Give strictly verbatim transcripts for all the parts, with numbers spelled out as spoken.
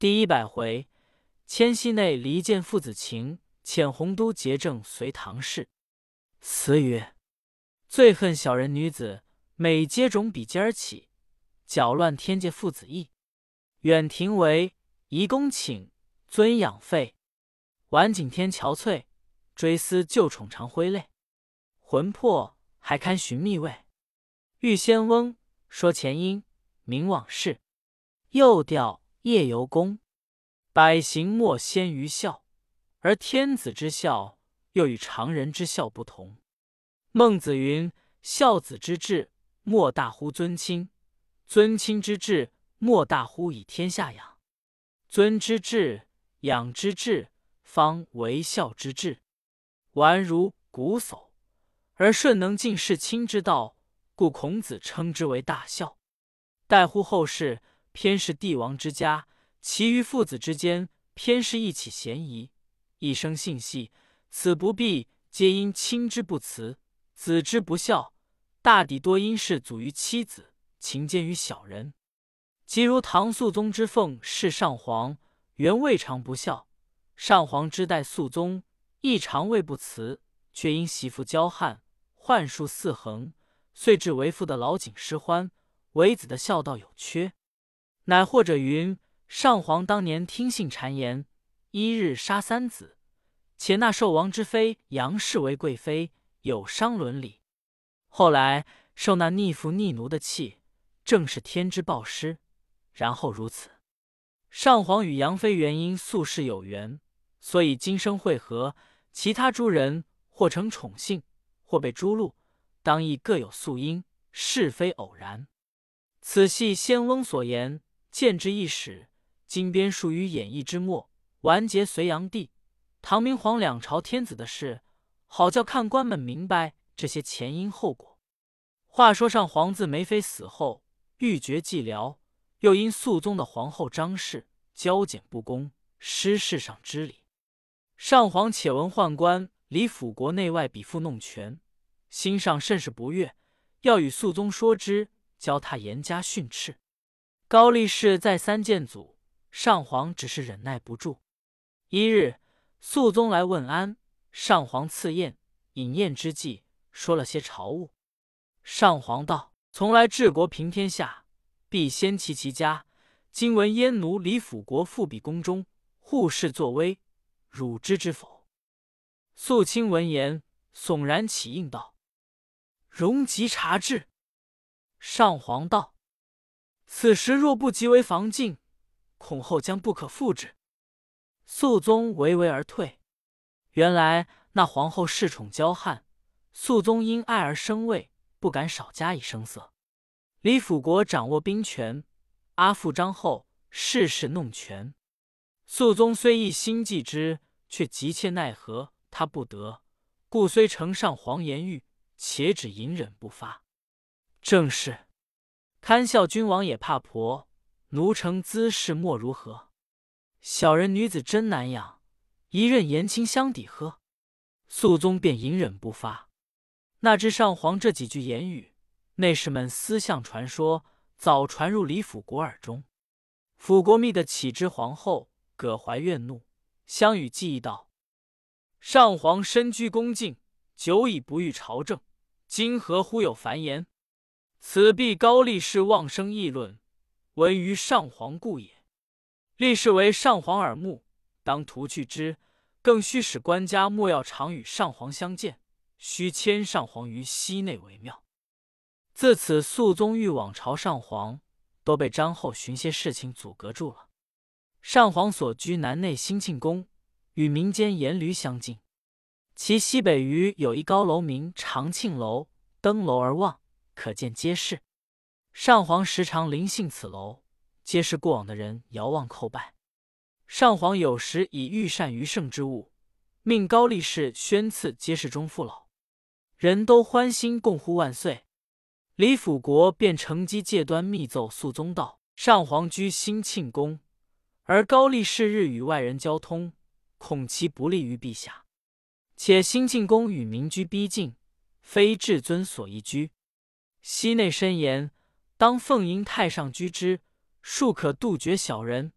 第一百回，迁西内离间父子情，遣洪都结政随唐氏。词曰：最恨小人女子，每接种比肩而起，搅乱天界父子义。远庭为，移宫请，尊养废。晚景天憔悴，追思旧宠常挥泪。魂魄还堪寻觅味，遇仙翁说前因，明往事。又调夜游宫，百行莫先于孝，而天子之孝又与常人之孝不同。孟子云：孝子之志，莫大乎尊亲；尊亲之志，莫大乎以天下养。尊之志，养之志，方为孝之志。玩如瞽叟，而舜能尽事亲之道，故孔子称之为大孝。待乎后世，偏是帝王之家，其余父子之间，偏是一起嫌疑，一生性细，此不必皆因亲之不慈，子之不孝，大抵多因事祖于妻子，情奸于小人。即如唐肃宗之奉是上皇，原未尝不孝，上皇之代肃宗，亦常未不慈，却因媳妇娇悍，幻术四横，遂致为父的老景失欢，为子的孝道有缺。乃或者云，上皇当年听信谗言，一日杀三子，且那寿王之妃杨氏为贵妃，有伤伦理。后来受那逆父逆奴的气，正是天之暴施，然后如此。上皇与杨妃原因素世有缘，所以今生会合，其他诸人或成宠幸，或被诛戮，当亦各有素因，是非偶然。此系先翁所言，见之一史，今编述于演义之末，完结隋炀帝、唐明皇两朝天子的事，好叫看官们明白这些前因后果。话说上皇自梅妃死后，欲绝寂寥，又因肃宗的皇后张氏交简不公，失世上之礼。上皇且闻宦官李辅国内外比附弄权，心上甚是不悦，要与肃宗说之，教他严加训斥。高力士再三谏阻，上皇只是忍耐不住。一日，肃宗来问安，上皇赐宴，饮宴之际，说了些朝务。上皇道：从来治国平天下，必先齐其家。今闻燕奴李辅国复比宫中，护士作威，汝知之否？肃亲闻言，悚然起应道：容即察治。上皇道：此时若不即为防禁，恐后将不可复制。肃宗唯唯而退。原来那皇后恃宠骄悍，肃宗因爱而生畏，不敢少加以声色。李辅国掌握兵权，阿父张后事事弄权。肃宗虽一心忌之，却急切奈何他不得，故虽呈上皇言谕，且只隐忍不发。正是堪笑君王也怕婆，奴成姿势莫如何。小人女子真难养，一任言轻相抵呵。肃宗便隐忍不发。那知上皇这几句言语，内侍们私相传说，早传入李辅国耳中。辅国密的启之皇后，葛怀怨怒，相与计议道：上皇身居恭敬，久已不遇朝政，今何忽有繁言？此必高力士妄生议论，闻于上皇故也。力士为上皇耳目，当图去之，更须使官家莫要常与上皇相见，须迁上皇于西内为妙。自此肃宗欲往朝上皇，都被张后寻些事情阻隔住了。上皇所居南内兴庆宫，与民间沿驴相近，其西北隅有一高楼名长庆楼，登楼而望，可见街市。上皇时常临幸此楼，皆是过往的人遥望叩拜。上皇有时以御膳于圣之物，命高力士宣赐街市中父老，人都欢心共呼万岁。李辅国便乘机借端密奏肃宗道：上皇居兴庆宫，而高力士日与外人交通，恐其不利于陛下。且兴庆宫与民居逼近，非至尊所宜居。西内申言，当奉迎太上居之，庶可杜绝小人，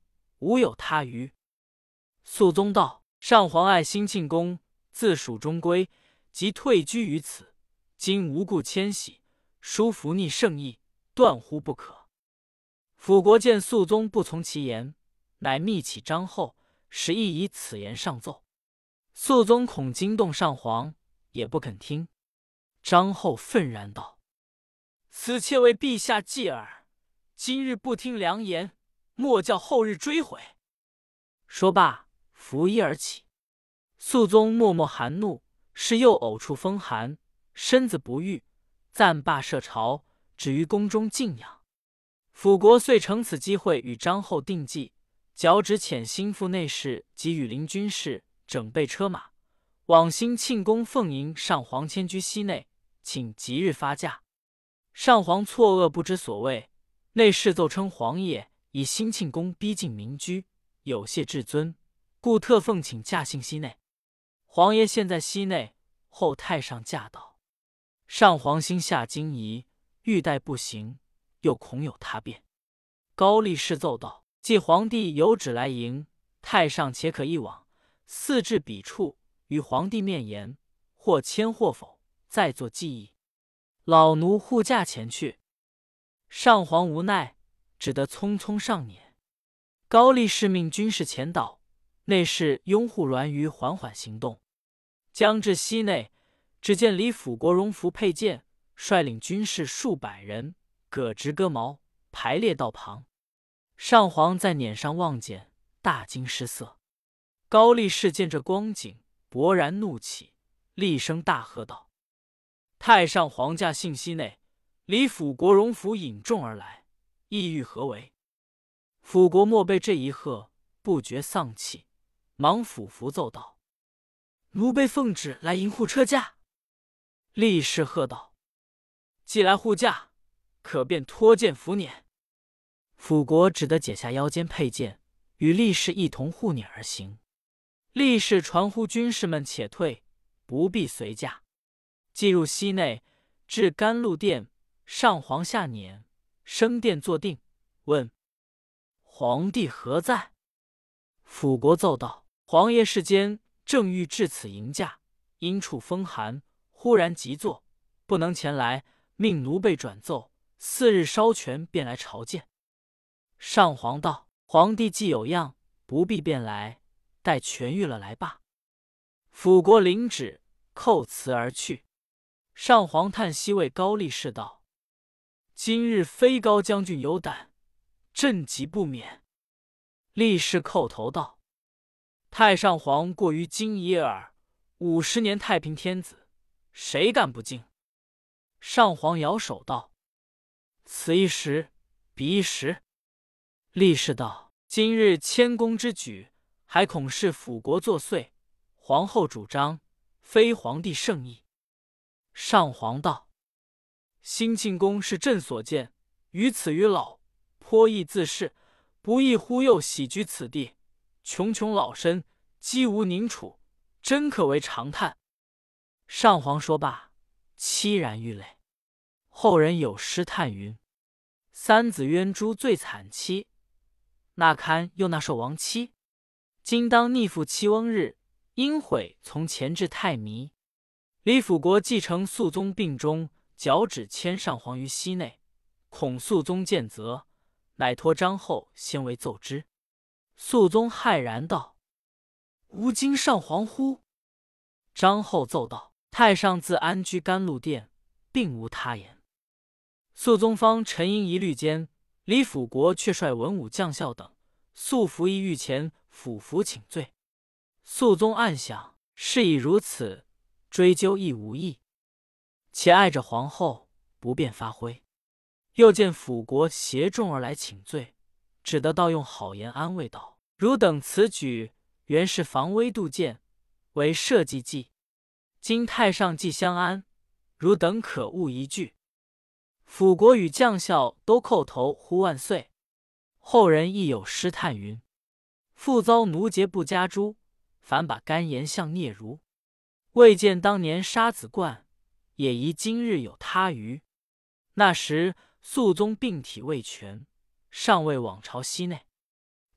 无有他余。”肃宗道：“上皇爱兴庆宫，自蜀中归，即退居于此，今无故迁徙，殊服逆圣意，断乎不可。”辅国见肃宗不从其言，乃密启张后，使意以此言上奏。肃宗恐惊动上皇，也不肯听。张后愤然道：“此妾为陛下继耳，今日不听良言，莫叫后日追悔。”说罢，拂衣而起。肃宗默默含怒，是又呕出风寒，身子不愈，暂罢设朝，止于宫中静养。辅国遂乘此机会与张后定计，矫旨遣心腹内侍及羽林军士整备车马，往兴庆宫奉迎上皇迁居西内，请即日发驾。上皇错愕不知所谓，内侍奏称皇爷以兴庆宫逼近民居，有谢至尊，故特奉请驾幸西内。皇爷现在西内，后太上驾到。上皇心下惊疑，欲待不行，又恐有他变。高力士奏道：“既皇帝有旨来迎，太上且可一往，四至彼处，与皇帝面言，或迁或否，再作记议。”老奴护驾前去。上皇无奈，只得匆匆上辇。高力士命军士前导，内侍拥护栾舆缓缓行动。将至西内，只见李辅国荣服佩剑，率领军士数百人，葛直戈矛，排列道旁。上皇在辇上望见，大惊失色。高力士见这光景，勃然怒起，厉声大喝道：“太上皇驾幸西内，李辅国荣服引众而来，意欲何为？”辅国莫被这一喝，不觉丧气，忙俯伏奏道：“奴被奉旨来迎护车驾。”力士喝道：“既来护驾，可便脱剑扶辇。”辅国只得解下腰间佩剑，与力士一同护辇而行。力士传呼军士们且退，不必随驾。既入西内，至甘露殿，上皇下辇，升殿坐定，问：“皇帝何在？”辅国奏道：“皇爷世间正欲至此迎驾，因处风寒，忽然急坐，不能前来，命奴婢转奏，次日稍全便来朝见。”上皇道：“皇帝既有恙，不必便来，待痊愈了来罢。”辅国领旨，叩辞而去。上皇叹息，谓高力士道：“今日非高将军有胆，朕即不免。”力士叩头道：“太上皇过于惊疑耳，五十年太平天子，谁敢不敬？”上皇摇手道：“此一时，彼一时。”力士道：“今日迁宫之举，还恐是辅国作祟，皇后主张，非皇帝圣意。”上皇道：“兴庆宫是朕所建，于此于老，颇易自恃，不亦忽又喜居此地，穷穷老身，几无宁处，真可为长叹。”上皇说罢，凄然欲泪。后人有诗叹云：“三子冤诛最惨凄，那堪又那受亡妻。今当逆父戚翁日，应悔从前至太迷。”李辅国继承肃宗病中，矫旨迁上皇于西内，恐肃宗见责，乃托张后先为奏之。肃宗骇然道：“吾今上皇乎？”张后奏道：“太上自安居甘露殿，并无他言。”肃宗方沉吟一虑间，李辅国却率文武将校等速伏议御前俯伏请罪。肃宗暗想，事已如此，追究亦无益，且碍着皇后，不便发挥。又见辅国携众而来请罪，只得倒用好言安慰道：“汝等此举，原是防微杜渐，为社稷计。今太上既相安，汝等可勿一惧。”辅国与将校都叩头呼万岁。后人亦有诗叹云：“复遭奴节不加诛，反把肝言向嗫孺。未见当年杀子冠，也疑今日有他余。那时肃宗病体未全，尚未往朝西内。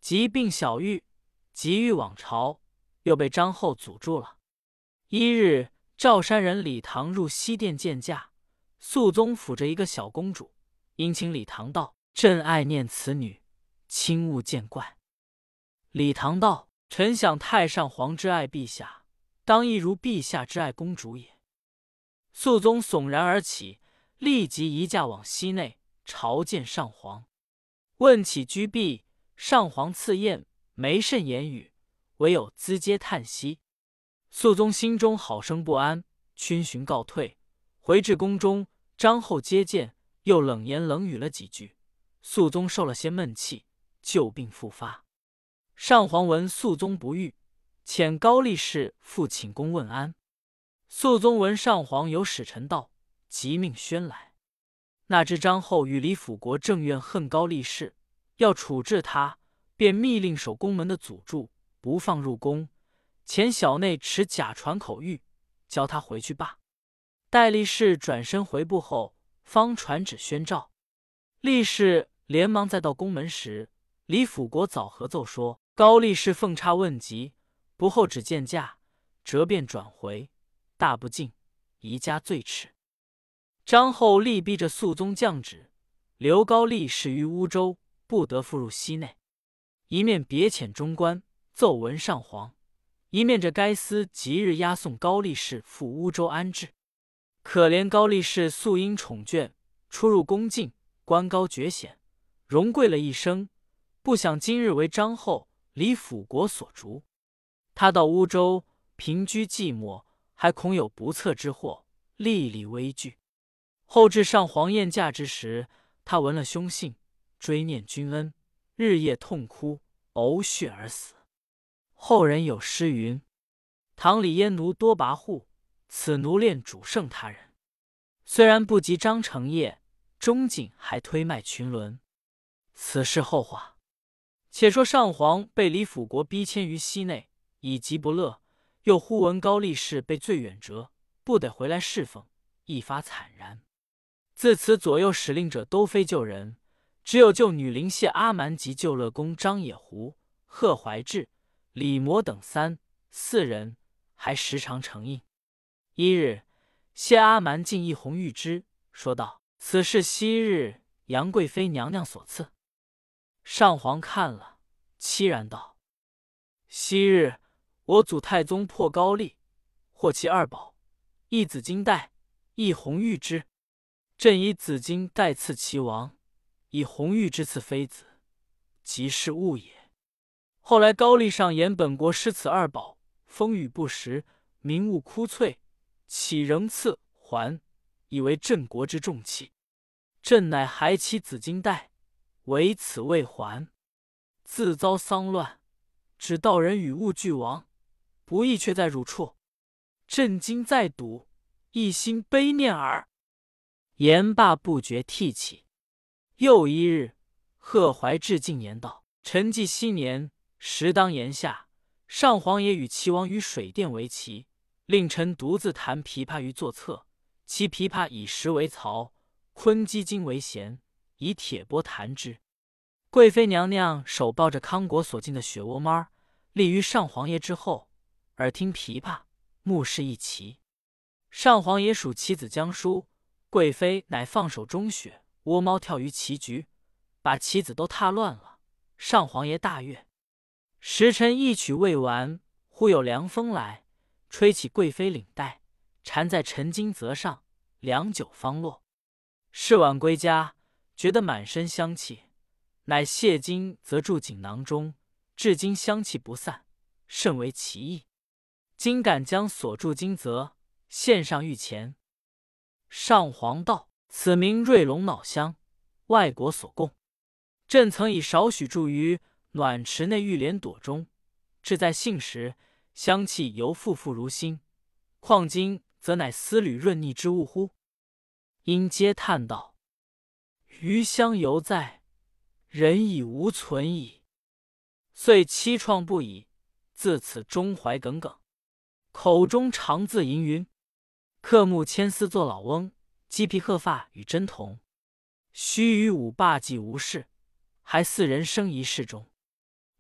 即并小玉，急欲往朝，又被张后阻住了。一日，赵山人李唐入西殿见驾，肃宗抚着一个小公主，殷请李唐道：“朕爱念此女，卿勿见怪。”李唐道：“臣想太上皇之爱陛下，当亦如陛下之爱公主也。”肃宗悚然而起，立即移驾往西内朝见上皇。问起居毕，上皇赐宴，没甚言语，唯有咨嗟叹息。肃宗心中好生不安，逡巡告退，回至宫中，张后接见，又冷言冷语了几句。肃宗受了些闷气，旧病复发。上皇闻肃宗不愈，遣高力士复请宫问安。肃宗闻上皇有使臣到，即命宣来。那知张后与李辅国正怨恨高力士，要处置他，便密令守宫门的阻住，不放入宫，遣小内持假传口谕，教他回去罢。待力士转身回部后，方传旨宣诏。力士连忙再到宫门时，李辅国早合奏说，高力士奉差问疾，不候旨见驾，折便转回，大不敬，宜加罪斥。张后力逼着肃宗降旨，留高力士于乌州，不得复入西内。一面别遣中官奏闻上皇，一面着该司即日押送高力士赴乌州安置。可怜高力士素因宠眷，出入宫禁，官高爵显，荣贵了一生，不想今日为张后、李辅国所逐。他到乌州平居寂寞，还恐有不测之祸，历历危惧。后至上皇宴驾之时，他闻了凶信，追念君恩，日夜痛哭，呕血而死。后人有诗云：“唐里阉奴多跋扈，此奴恋主胜他人。”虽然不及张承业，钟景还推卖群伦。此事后话。且说上皇被李辅国逼迁于西内，以极不乐，又忽闻高力士被罪远谪，不得回来侍奉，一发惨然。自此左右使令者都非救人，只有救女灵谢阿蛮及救乐公张野狐、贺怀志、李模等三四人，还时常承应。一日，谢阿蛮进一红玉枝，说道：“此事昔日杨贵妃娘娘所赐。”上皇看了，凄然道：“昔日我祖太宗破高丽，获其二宝，一紫金带，一红玉枝。朕以紫金带赐齐王，以红玉枝赐妃子，即是误也。后来高丽上言本国失此二宝，风雨不时，民物枯瘁，岂仍赐还，以为镇国之重器。朕乃还其紫金带，唯此未还，自遭丧乱，只道人与物俱亡，不义却在汝处。朕今再睹，一心悲念耳。”言罢不觉涕泣。又一日，贺怀志进言道：“臣记昔年，时当炎夏，上皇也与齐王于水殿为棋，令臣独自弹琵琶于座侧，其琵琶以石为槽，昆鸡金为弦，以铁钵弹之。贵妃娘娘手抱着康国所进的雪窝猫，立于上皇爷之后，耳听琵琶，目视一棋。上皇爷属棋子将书，贵妃乃放手中雪，窝猫跳于棋局，把棋子都踏乱了。上皇爷大悦。时辰一曲未完，忽有凉风来，吹起贵妃领带，缠在陈金泽上，良久方落。是晚归家，觉得满身香气，乃谢金则住锦囊中，至今香气不散，甚为奇异。今敢将所住金泽献上御前。上皇道：“此名瑞龙脑香，外国所供。朕曾以少许注于暖池内玉莲朵中，置在杏时，香气犹复复如新。况今则乃丝缕润腻之物乎？”因嗟叹道：“余香犹在，人已无存矣。”遂凄怆不已，自此中怀耿耿，口中常自吟云：“刻木牵丝作老翁，鸡皮鹤发与真同。须臾舞罢既无事，还似人生一世中。”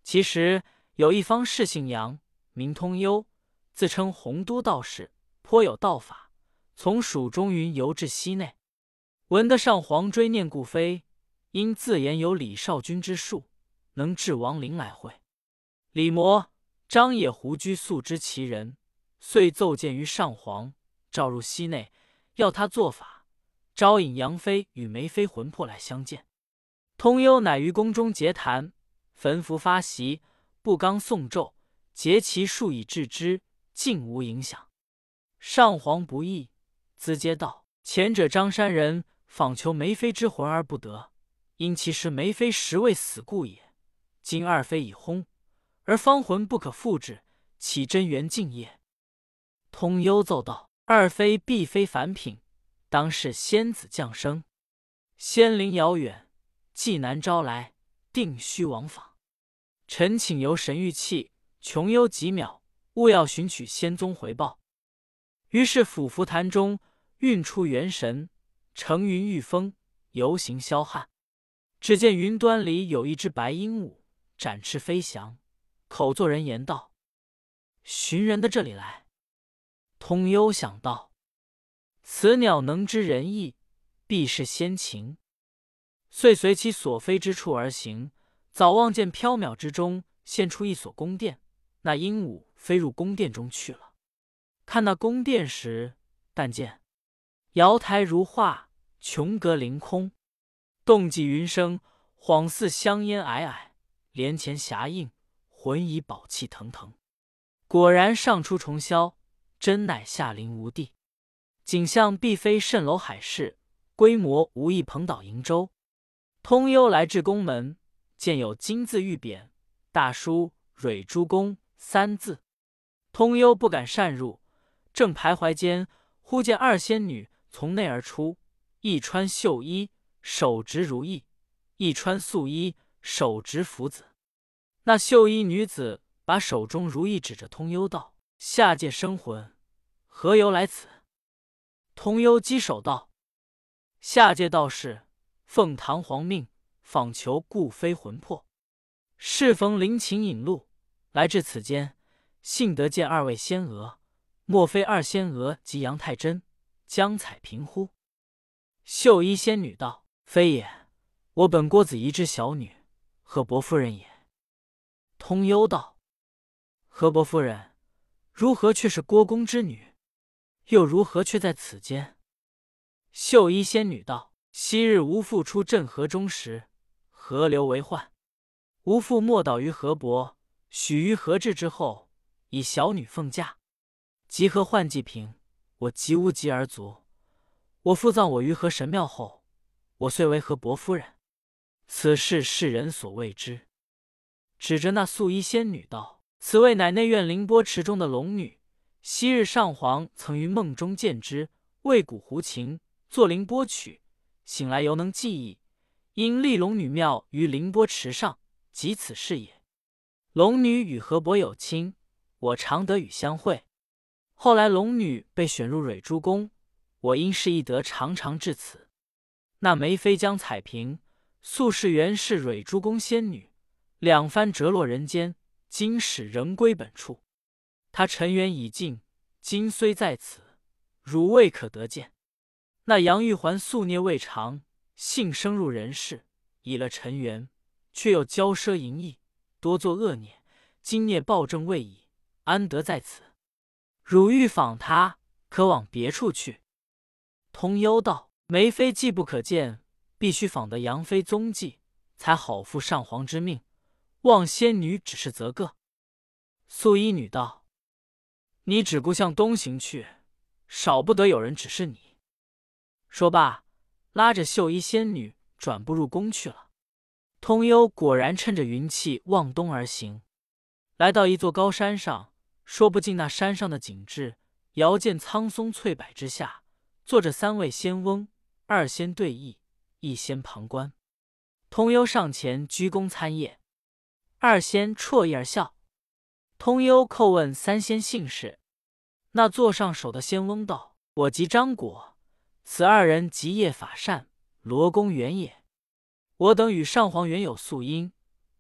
其实有一方士姓杨，名通幽，自称洪都道士，颇有道法，从蜀中云游至西内，闻得上皇追念故妃，因自言有李少君之术，能治亡灵来会。李摩、张掖胡居素知其人，遂奏见于上皇，召入西内，要他做法，招引杨妃与梅妃魂魄来相见。通幽乃于宫中结坛，焚符发檄，不刚诵咒，结其数以治之，尽无影响。上皇不义，咨嗟道：前者张山人访求梅妃之魂而不得，因其时梅妃实未死故也。今二妃已薨，而芳魂不可复至，岂真缘尽也？通幽奏道：二妃必非凡品，当是仙子降生，仙灵遥远，既难招来，定须往访。臣请由神谕器，穷幽几秒，务要寻取仙踪回报。于是俯伏坛中运出元神，乘云御风，游行霄汉。只见云端里有一只白鹦鹉，展翅飞翔，口作人言道：寻人的这里来。通幽想到，此鸟能知人意，必是仙禽，遂随其所飞之处而行。早望见缥缈之中现出一所宫殿，那鹦鹉飞入宫殿中去了。看那宫殿时，但见瑶台如画，琼阁凌空，动寂云生，恍似香烟霭霭，帘前霞映，魂疑宝气腾腾。果然上出重霄，真乃下临无地。景象必非蜃楼海市，规模无异蓬岛瀛洲。通幽来至宫门，见有金字玉匾，大书蕊珠宫三字。通幽不敢擅入，正徘徊间，忽见二仙女从内而出，一穿绣衣，手执如意；一穿素衣，手执拂子。那绣衣女子把手中如意指着通幽道：下界生魂，何由来此？通幽稽首道：下界道士奉唐皇命，访求故妃魂魄，适逢灵禽引路，来至此间，幸得见二位仙娥，莫非二仙娥及杨太真、江彩萍乎？绣衣仙女道：非也，我本郭子仪之小女，贺伯夫人也。通幽道：贺伯夫人如何却是郭公之女？又如何却在此间？绣衣仙女道：昔日吾父出镇河中时，河流为患，吾父没倒于河伯，许于河至之后，以小女奉嫁。及河患济平，我及无疾而卒。我父葬我于河神庙后，我遂为河伯夫人。此事世人所未知。指着那素衣仙女道：此位乃内院凌波池中的龙女，昔日上皇曾于梦中见之，为古胡琴，作凌波曲，醒来犹能记忆，因立龙女庙于凌波池上，即此事也。龙女与河伯有亲，我常得与相会。后来龙女被选入蕊珠宫，我因事亦得常常至此。那梅妃江彩萍，素是原是蕊珠宫仙女，两番折落人间，今始仍归本处。她尘缘已尽，今虽在此，汝未可得见。那杨玉环素孽未尝，幸生入人世，已了尘缘，却又骄奢淫逸，多作恶孽，今孽报正未已，安得在此？汝欲访他，可往别处去。通幽道：梅妃既不可见，必须访得杨妃踪迹，才好负上皇之命，望仙女指示则个。素衣女道：你只顾向东行去，少不得有人指示你。说罢，拉着绣衣仙女转步入宫去了。通幽果然趁着云气往东而行，来到一座高山上，说不尽那山上的景致，遥见苍松翠柏之下，坐着三位仙翁，二仙对弈，一仙旁观。通幽上前鞠躬参谒，二仙啜意而笑。通幽叩问三仙姓氏，那座上首的仙翁道：我即张果，此二人极业法善，罗公远也。我等与上皇原有宿因，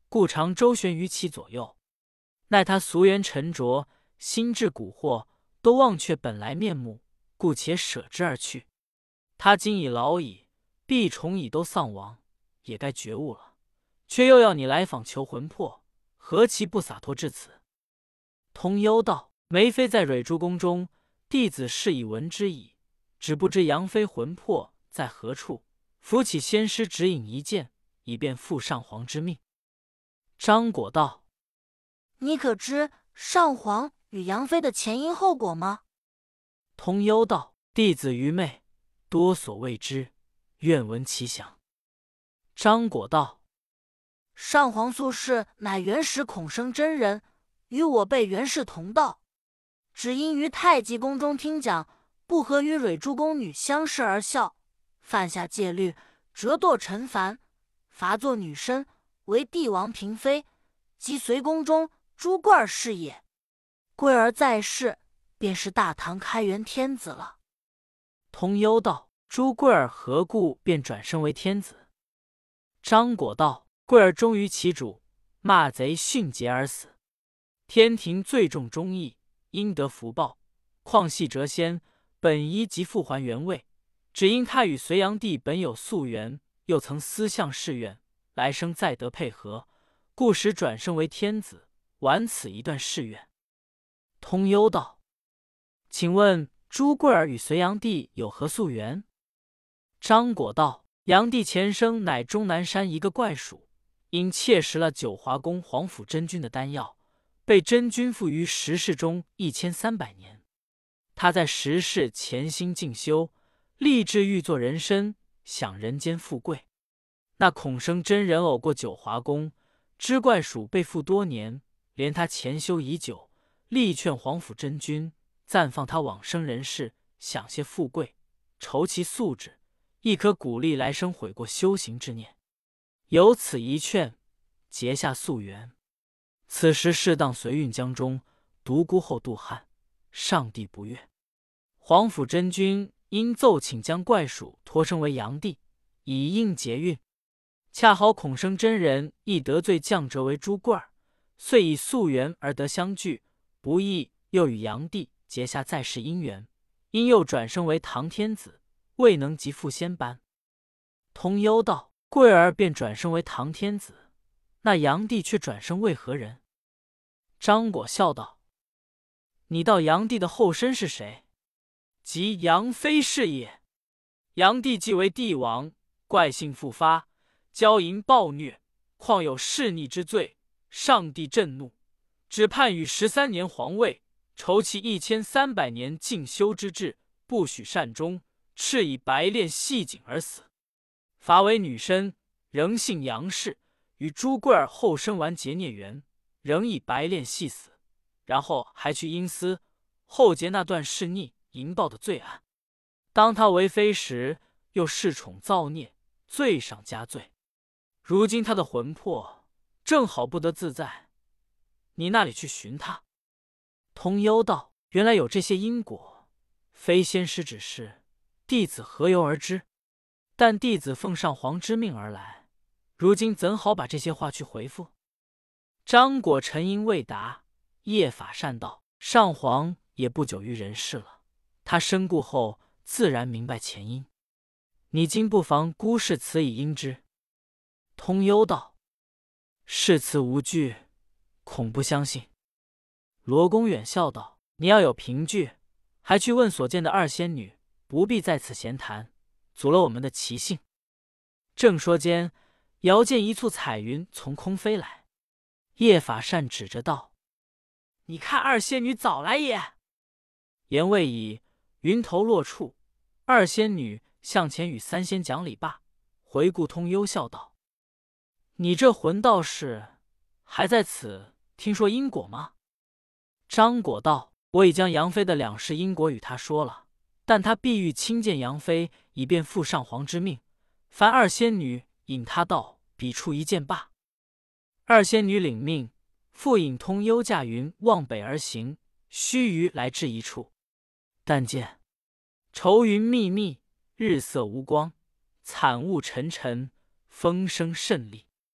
故常周旋于其左右。奈他俗缘沉着，心智蛊惑，都忘却本来面目，故且舍之而去。他今已老矣，必虫蚁都丧亡，也该觉悟了，却又要你来访求魂魄，何其不洒脱至此！通幽道：梅妃在蕊珠宫中，弟子是已闻之矣，只不知杨妃魂魄在何处，扶起仙师指引一剑，以便负上皇之命。张果道： 你可知上皇与杨妃的前因后果吗？ 通幽道：弟子愚昧，多所未知，愿闻其详。张果道： 上皇素世乃元始孔生真人，与我辈元氏同道，只因于太极宫中听讲，不合与蕊珠宫女相视而笑，犯下戒律，折堕尘凡，罚作女身，为帝王嫔妃，即随宫中朱贵儿是也。贵儿在世，便是大唐开元天子了。 通幽道：朱贵儿何故便转生为天子？张果道：贵儿忠于其主，骂贼迅捷而死。天庭最重忠义，应得福报，况系谪仙，本宜即复还原位，只因他与隋炀帝本有宿缘，又曾私向誓愿，来生再得配合，故使转生为天子，完此一段誓愿。通幽道：请问朱贵儿与隋炀帝有何宿缘？张果道：炀帝前生乃终南山一个怪鼠，因窃食了九华宫皇甫真君的丹药，被真君赋于十世中一千三百年。他在十世潜心静修，立志欲做人身，享人间富贵。那孔生真人偶过九华宫，知怪鼠被缚多年，连他潜修已久，力劝皇甫真君暂放他往生人世，享些富贵，酬其素质，亦可鼓励来生悔过修行之念。有此一劝，结下夙缘。此时适当随运江中，独孤后渡汉，上帝不悦。皇甫真君因奏请将怪鼠托生为炀帝，以应节运。恰好孔生真人亦得罪降谪为朱贵儿，遂以夙缘而得相聚，不意又与炀帝结下在世姻缘，因又转生为唐天子，未能及复仙班。通幽道：贵儿便转生为唐天子，那炀帝却转生为何人？张果笑道：你道炀帝的后身是谁？即杨妃是也。炀帝既为帝王，怪性复发，骄淫暴虐，况有弑逆之罪，上帝震怒，只判予十三年皇位，酬其一千三百年静修之制，不许善终，敕以白练系颈而死。罚为女身，仍姓杨氏，与朱贵儿后生完结孽缘，仍以白练系死，然后还去阴司，后结那段弑逆淫暴的罪案。当他为妃时，又恃宠造孽，罪上加罪。如今他的魂魄正好不得自在，你那里去寻他？通幽道：原来有这些因果，非仙师指示，弟子何由而知？但弟子奉上皇之命而来，如今怎好把这些话去回复？张果沉吟未答，叶法善道：上皇也不久于人世了，他身故后自然明白前因，你今不妨姑视此以应之。通幽道：誓词无据，恐不相信。罗公远笑道：你要有凭据，还去问所见的二仙女，不必在此闲谈，阻了我们的奇兴。正说间，遥见一簇彩云从空飞来，叶法善指着道：你看二仙女早来也。言未已，云头落处，二仙女向前与三仙讲礼罢，回顾通幽笑道：你这混道士，还在此听说因果吗？张果道：我已将杨妃的两世因果与他说了，但他必欲亲见杨妃，以便负上皇之命，凡二仙女引他到彼处一见罢。二仙女领命，复引通幽驾云往北而行，须臾来至一处，但见愁云密密，日色无光，惨雾沉沉，风声甚厉。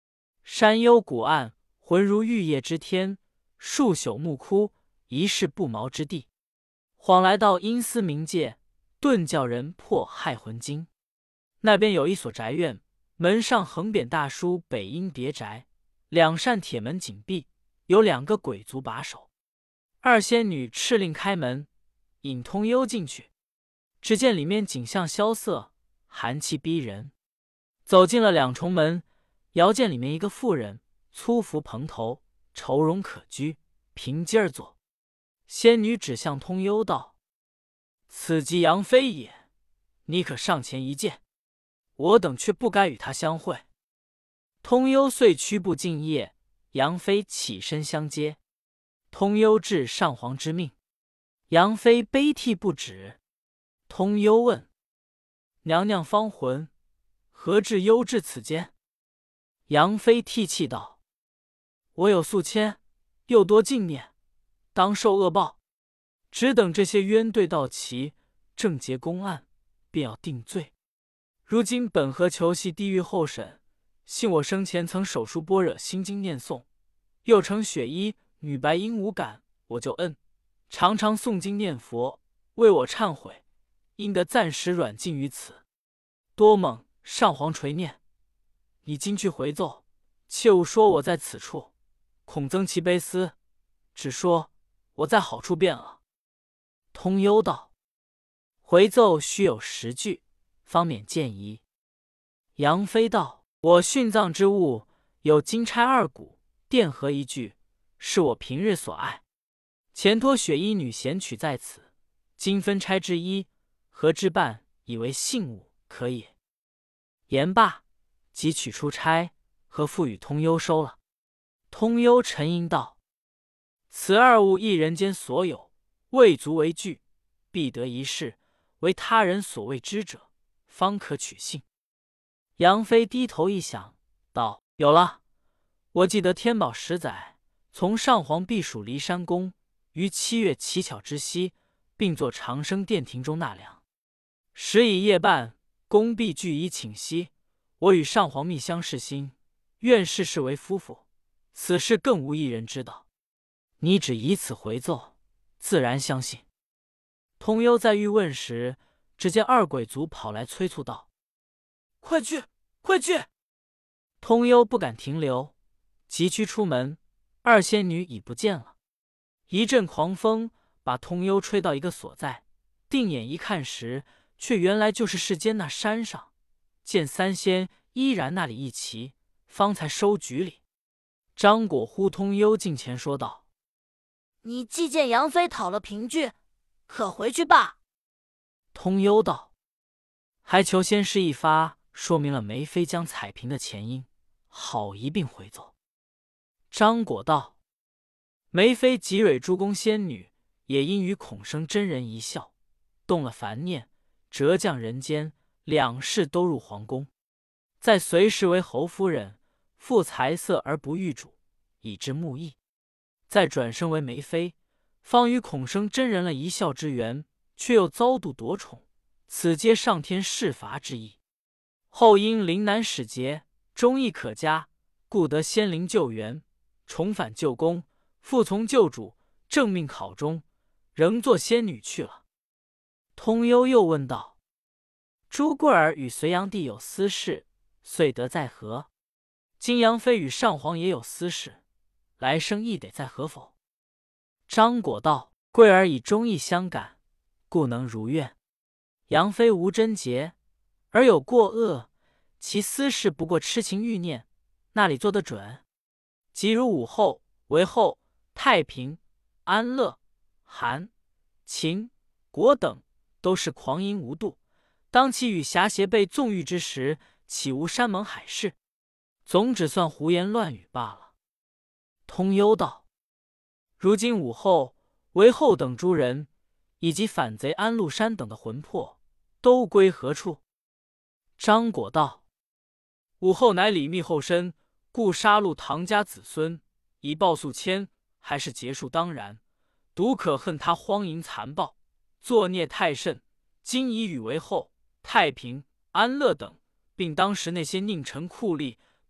山幽谷暗，浑如玉液之天；树朽木枯，疑是不毛之地。晃来到阴司冥界，顿叫人破害魂经。那边有一所宅院，门上横匾大书“北阴别宅”，两扇铁门紧闭，有两个鬼卒把守。二仙女敕令开门，引通幽进去。只见里面景象萧瑟，寒气逼人。走进了两重门，遥见里面一个妇人，粗服蓬头，愁容可掬，平阶而坐。仙女指向通幽道：“此即杨妃也，你可上前一见，我等却不该与他相会。”通幽遂屈步敬谒，杨妃起身相接。通幽至上皇之命，杨妃悲涕不止。通幽问：“娘娘芳魂，何至幽至此间？”杨妃涕泣道：“我有宿迁，又多敬念，当受恶报，只等这些冤对到齐，正结公案，便要定罪。如今本何求系地狱候审，幸我生前曾手书般若心经念诵，又承雪衣女白因无感，我就恩，常常诵经念佛，为我忏悔，因得暂时软禁于此。多蒙上皇垂念，你今去回奏，切勿说我在此处，恐增其悲思，只说我在好处便了。”通幽道：“回奏须有十句，方免见疑。”杨妃道：“我殉葬之物有金钗二股，钿盒一具，是我平日所爱。前托雪衣女贤取在此，今分钗之一，合之半，以为信物，可也。”言罢，即取出钗，和付与通幽收了。通幽沉吟道：“此二物一人间所有，未足为据，必得一事，为他人所未知者，方可取信。”杨妃低头一想，道：“有了！我记得天宝十载，从上皇避暑骊山宫，于七月乞巧之夕，并作长生殿庭中纳凉。时已夜半，宫壁俱已寝息，我与上皇密相视心，愿视是为夫妇。此事更无一人知道。你只以此回奏，自然相信。”通幽在欲问时，只见二鬼卒跑来催促道：“快去，快去！”通幽不敢停留，急趋出门，二仙女已不见了。一阵狂风把通幽吹到一个所在，定眼一看时，却原来就是世间那山上，见三仙依然那里一齐，方才收局里。张果呼通幽近前说道：“ 你既见杨妃讨了凭据，可回去罢。” 通幽道：“还求仙师一发，说明了梅妃将彩屏的前因，好一并回奏。”张果道：“梅妃及蕊诸宫仙女，也因与孔生真人一笑，动了凡念，折降人间，两世都入皇宫。在随时为侯夫人，负财色而不遇主，以致慕意；再转生为梅妃，方与孔生真人了一笑之缘，却又遭度夺宠，此皆上天释罚之意。后因灵难使节，忠义可嘉，故得仙灵救援，重返旧宫，复从旧主，正命考中，仍做仙女去了。”通幽又问道：“朱贵儿与隋炀帝有私事，遂得在何？今杨妃与上皇也有私事，来生亦得在何否？”张果道：“贵儿以忠义相感，故能如愿。杨妃无贞洁，而有过恶，其私事不过痴情欲念，那里做得准？即如武后、韦后、太平、安乐、韩、秦、国等，都是狂淫无度，当其与侠邪被纵欲之时，岂无山盟海誓？总只算胡言乱语罢了。”通幽道：“如今武后、韦后等诸人，以及反贼安禄山等的魂魄，都归何处？”张果道：“武后乃李密后身，故杀戮唐家子孙，以报宿迁，还是结束当然。独可恨他荒淫残暴，作孽太甚，今已与韦后、太平、安乐等，并当时那些佞臣酷吏，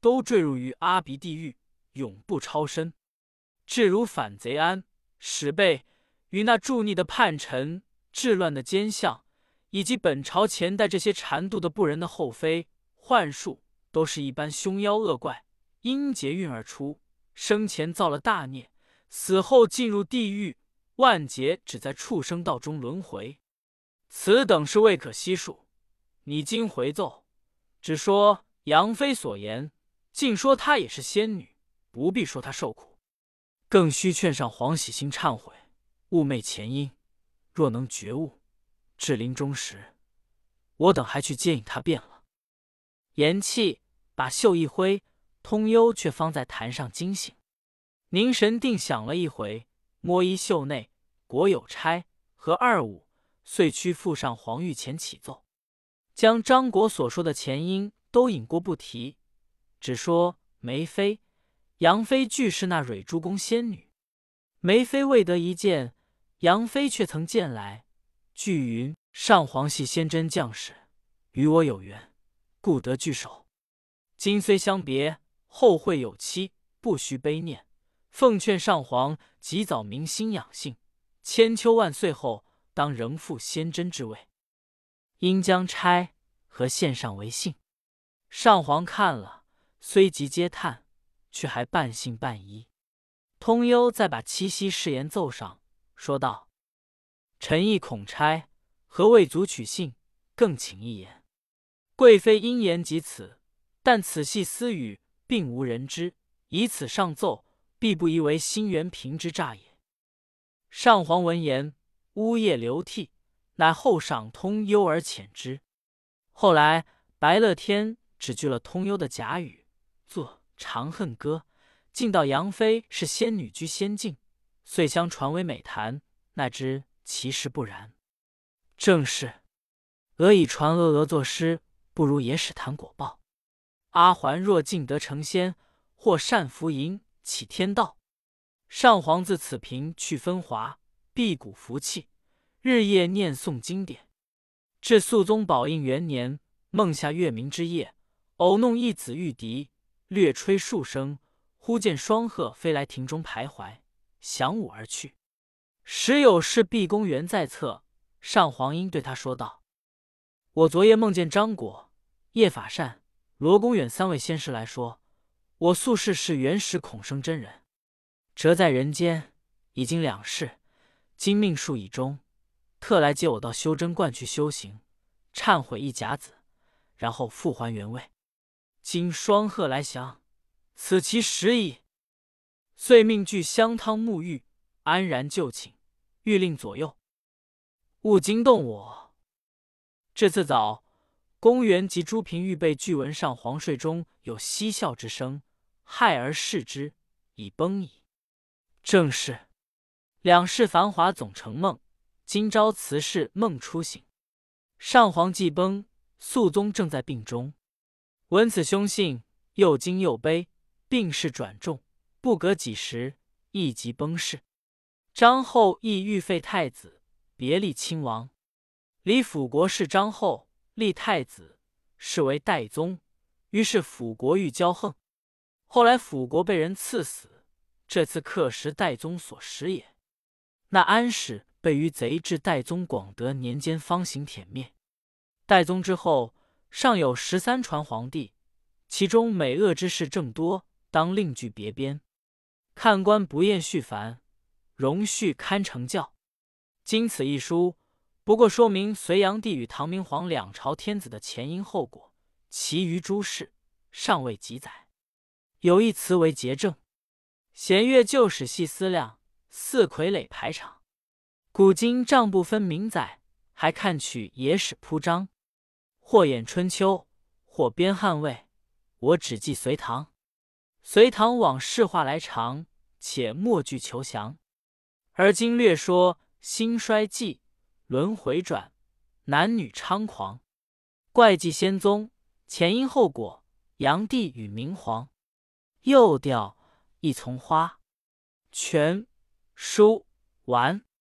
都坠入于阿鼻地狱，永不超生。至如反贼安、史备与那助逆的叛臣、治乱的奸相，以及本朝前代这些缠妒的不仁的后妃、幻术，都是一般凶妖恶怪，因劫运而出，生前造了大孽，死后进入地狱，万劫只在畜生道中轮回。此等是未可悉数。你今回奏，只说杨妃所言，竟说她也是仙女，不必说她受苦，更须劝上皇洗心忏悔，勿昧前因。若能觉悟，至临终时，我等还去接引她便了。言讫，把袖一挥，通幽却方在坛上惊醒，凝神定想了一回，摸衣袖内，果有钗和二五，遂屈附上皇御前启奏，将张果所说的前因都引过不提，只说梅妃、杨妃俱是那蕊珠宫仙女。梅妃未得一见，杨妃却曾见来。据云上皇系仙真将士，与我有缘，故得聚首。今虽相别，后会有期，不须悲念。奉劝上皇及早明心养性，千秋万岁后，当仍复仙真之位。应将钗和献上为信。上皇看了，虽即嗟叹，却还半信半疑。通幽再把七夕誓言奏上，说道：臣亦恐钗和未足取信，更请一言。贵妃因言及此，但此系私语，并无人知，以此上奏，必不疑为心源平之诈也。上皇闻言，呜咽流涕，乃后赏通幽而遣之。后来白乐天只据了通幽的假语，作《长恨歌》，竟道杨妃是仙女居仙境，遂相传为美谈，奈知其实不然。正是俄以传俄俄作诗，不如野史谈果报。阿环若尽得成仙，或善福吟起天道。上皇自此平去分华，辟谷服气，日夜念诵经典。至肃宗宝应元年，梦下月明之夜，偶弄一子玉笛，略吹数声，忽见双鹤飞来庭中徘徊，翔舞而去。时有事毕公园在侧，上皇因对他说道：我昨夜梦见张果、叶法善、罗公远三位仙师来说，我宿世是元始孔生真人，谪在人间，已经两世，今命数已终，特来接我到修真观去修行，忏悔一甲子，然后复还原位。今双鹤来降，此其时矣。遂命具香汤沐浴，安然就寝，欲令左右勿惊动我。这次早，公园及诸嫔预备具闻上皇睡中有嬉笑之声，骇而视之，已崩矣。正是两世繁华总成梦，今朝辞世梦初醒。上皇既崩，肃宗正在病中，闻此凶信，又惊又悲，病势转重，不隔几时，亦即崩逝。张后亦欲废太子，别立亲王。李辅国是张后，立太子，是为代宗，于是辅国欲骄横。后来辅国被人赐死，这次刻石代宗所食也。那安史被于贼至代宗广德年间方行殄灭。代宗之后，尚有十三传皇帝，其中美恶之事正多，当另据别编。看官不厌续繁，容序堪成教。今此一书，不过说明隋炀帝与唐明皇两朝天子的前因后果，其余诸事尚未记载。有一词为节正，弦乐旧史细思量，似傀儡排场。古今账不分明载，还看取野史铺张。或演春秋，或编汉魏，我只记隋唐。隋唐往事话来长，且莫具求详。而今略说兴衰纪、轮回转、男女猖狂，怪迹仙宗、前因后果、炀帝与明皇。又调一丛花，全、书、完。